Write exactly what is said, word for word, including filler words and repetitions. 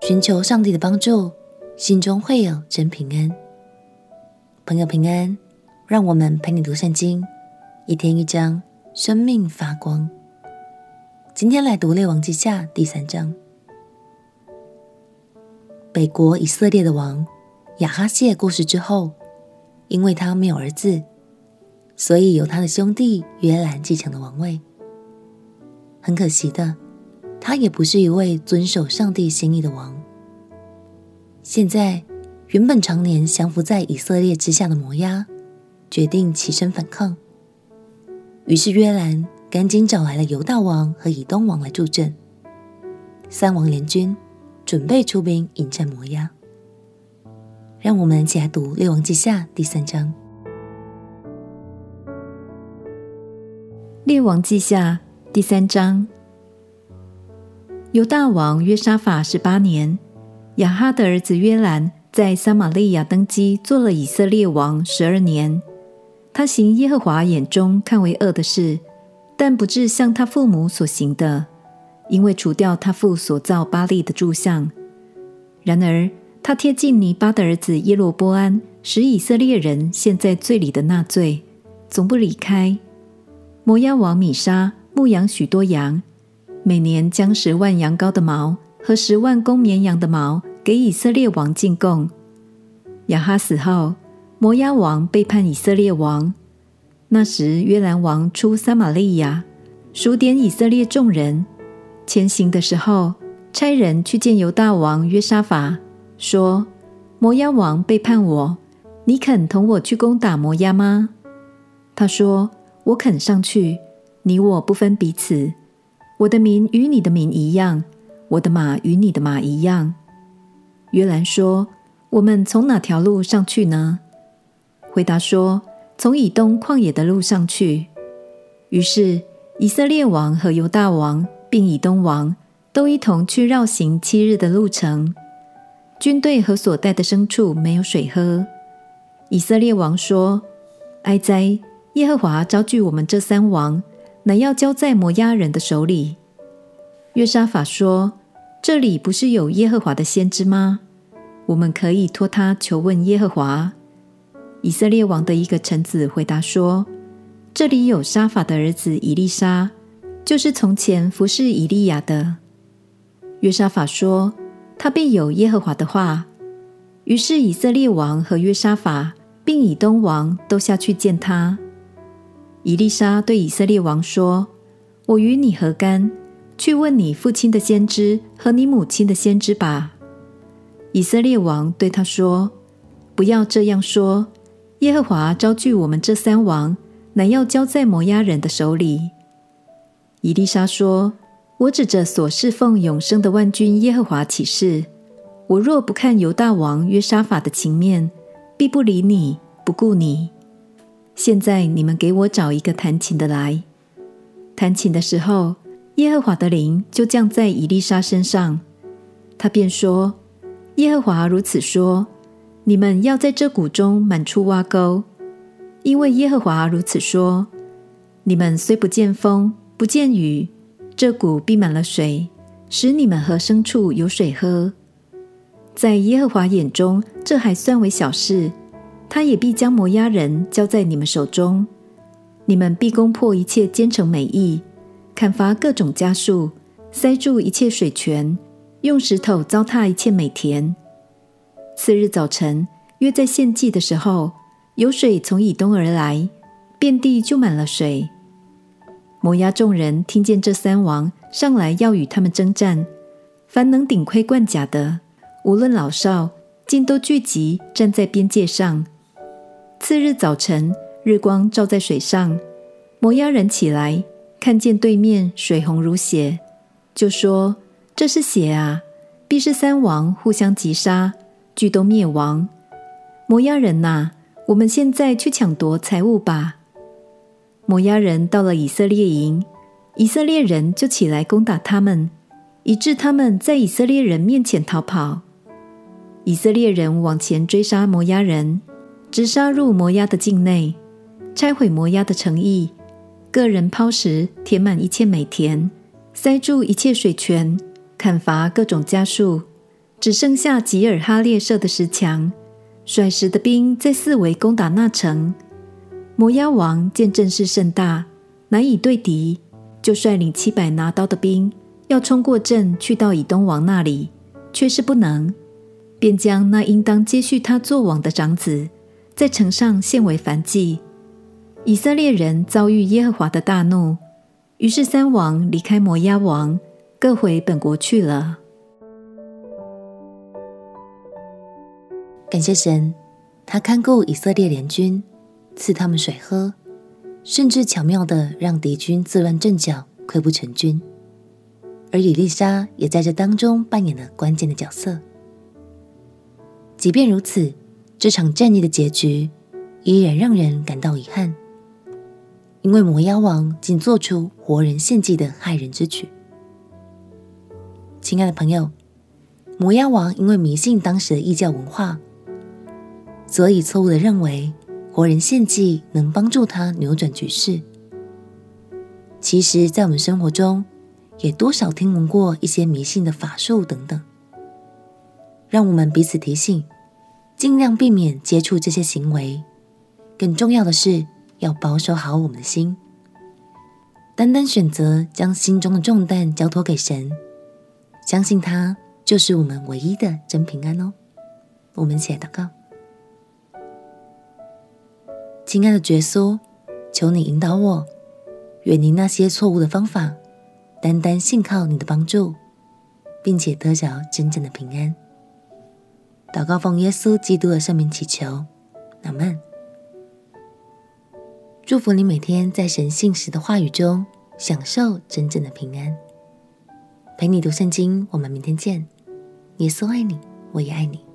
寻求上帝的帮助，心中会有真平安。朋友平安，让我们陪你读圣经，一天一章，生命发光。今天来读列王记下第三章。北国以色列的王亚哈谢过世之后，因为他没有儿子，所以由他的兄弟约兰继承了王位。很可惜的，他也不是一位遵守上帝心意的王。现在，原本常年降服在以色列之下的摩押，决定起身反抗。于是约兰赶紧找来了犹大王和以东王来助阵，三王联军，准备出兵迎战摩押。让我们一起来读列王记下第三章。 列王记下第三章。犹大王约沙法十八年，亚哈的儿子约兰在撒玛利亚登基，做了以色列王十二年。他行耶和华眼中看为恶的事，但不致像他父母所行的，因为除掉他父所造巴力的柱像。然而他贴近尼巴的儿子耶罗波安，使以色列人陷在罪里的那罪，总不离开。摩押王米沙牧养许多羊，每年将十万羊羔的毛和十万公绵羊的毛给以色列王进贡。亚哈死后，摩押王背叛以色列王。那时约兰王出撒玛利亚，数点以色列众人。前行的时候，差人去见犹大王约沙法，说：摩押王背叛我，你肯同我去攻打摩押吗？他说：我肯上去，你我不分彼此。我的民与你的民一样，我的马与你的马一样。约兰说：我们从哪条路上去呢？回答说：从以东旷野的路上去。于是以色列王和犹大王并以东王都一同去绕行七日的路程。军队和所带的牲畜没有水喝。以色列王说：哀哉，耶和华招聚我们这三王，乃要交在摩押人的手里。约沙法说：这里不是有耶和华的先知吗？我们可以托他求问耶和华。以色列王的一个臣子回答说：这里有沙法的儿子以利沙，就是从前服侍以利亚的。约沙法说：他必有耶和华的话。于是以色列王和约沙法并以东王都下去见他。以利沙对以色列王说：我与你何干？去问你父亲的先知和你母亲的先知吧。以色列王对他说：不要这样说，耶和华招聚我们这三王，乃要交在摩押人的手里。以利沙说：我指着所侍奉永生的万军耶和华起誓，我若不看犹大王约沙法的情面，必不理你，不顾你。现在你们给我找一个弹琴的来。弹琴的时候，耶和华的灵就降在以利沙身上，他便说：耶和华如此说，你们要在这谷中满处挖沟，因为耶和华如此说，你们虽不见风，不见雨，这谷必满了水，使你们和牲畜有水喝。在耶和华眼中，这还算为小事，他也必将摩押人交在你们手中。你们必攻破一切坚城美邑，砍伐各种家畜，塞住一切水泉，用石头糟蹋一切美田。次日早晨，约在献祭的时候，有水从以东而来，遍地就满了水。摩押众人听见这三王上来要与他们征战，凡能顶盔贯甲的，无论老少，尽都聚集站在边界上。次日早晨，日光照在水上，摩押人起来，看见对面水红如血，就说：这是血啊，必是三王互相击杀，俱都灭亡。摩押人哪，我们现在去抢夺财物吧。摩押人到了以色列营，以色列人就起来攻打他们，以致他们在以色列人面前逃跑。以色列人往前追杀摩押人，直杀入摩押的境内，拆毁摩押的城邑，个人抛石填满一切美田，塞住一切水泉，砍伐各种家畜， 只剩下吉尔哈列设的石墙，率十的兵在四围攻打那城。摩押王见阵势甚大，难以对敌，就率领七百拿刀的兵要冲过阵去到以东王那里，却是不能，便将那应当接续他做王的长子在城上献为燔祭。以色列人遭遇耶和华的大怒，于是三王离开摩押王，各回本国去了。 感谢神，他看顾以色列联军，赐他们水喝，甚至巧妙地让敌军自乱阵脚，溃不成军。而以利沙也在这当中扮演了关键的角色。即便如此，这场战役的结局依然让人感到遗憾，因为摩押王竟做出活人献祭的害人之举。亲爱的朋友，摩押王因为迷信当时的异教文化，所以错误地认为活人献祭能帮助他扭转局势。其实在我们生活中也多少听闻过一些迷信的法术等等，让我们彼此提醒，尽量避免接触这些行为。更重要的是要保守好我们的心，单单选择将心中的重担交托给神，相信他就是我们唯一的真平安哦。我们一起来祷告。亲爱的耶稣，求你引导我，远离那些错误的方法，单单信靠你的帮助，并且得着真正的平安。祷告奉耶稣基督的圣名祈求，阿们。祝福你每天在神信实的话语中享受真正的平安。陪你读圣经，我们明天见。耶稣爱你，我也爱你。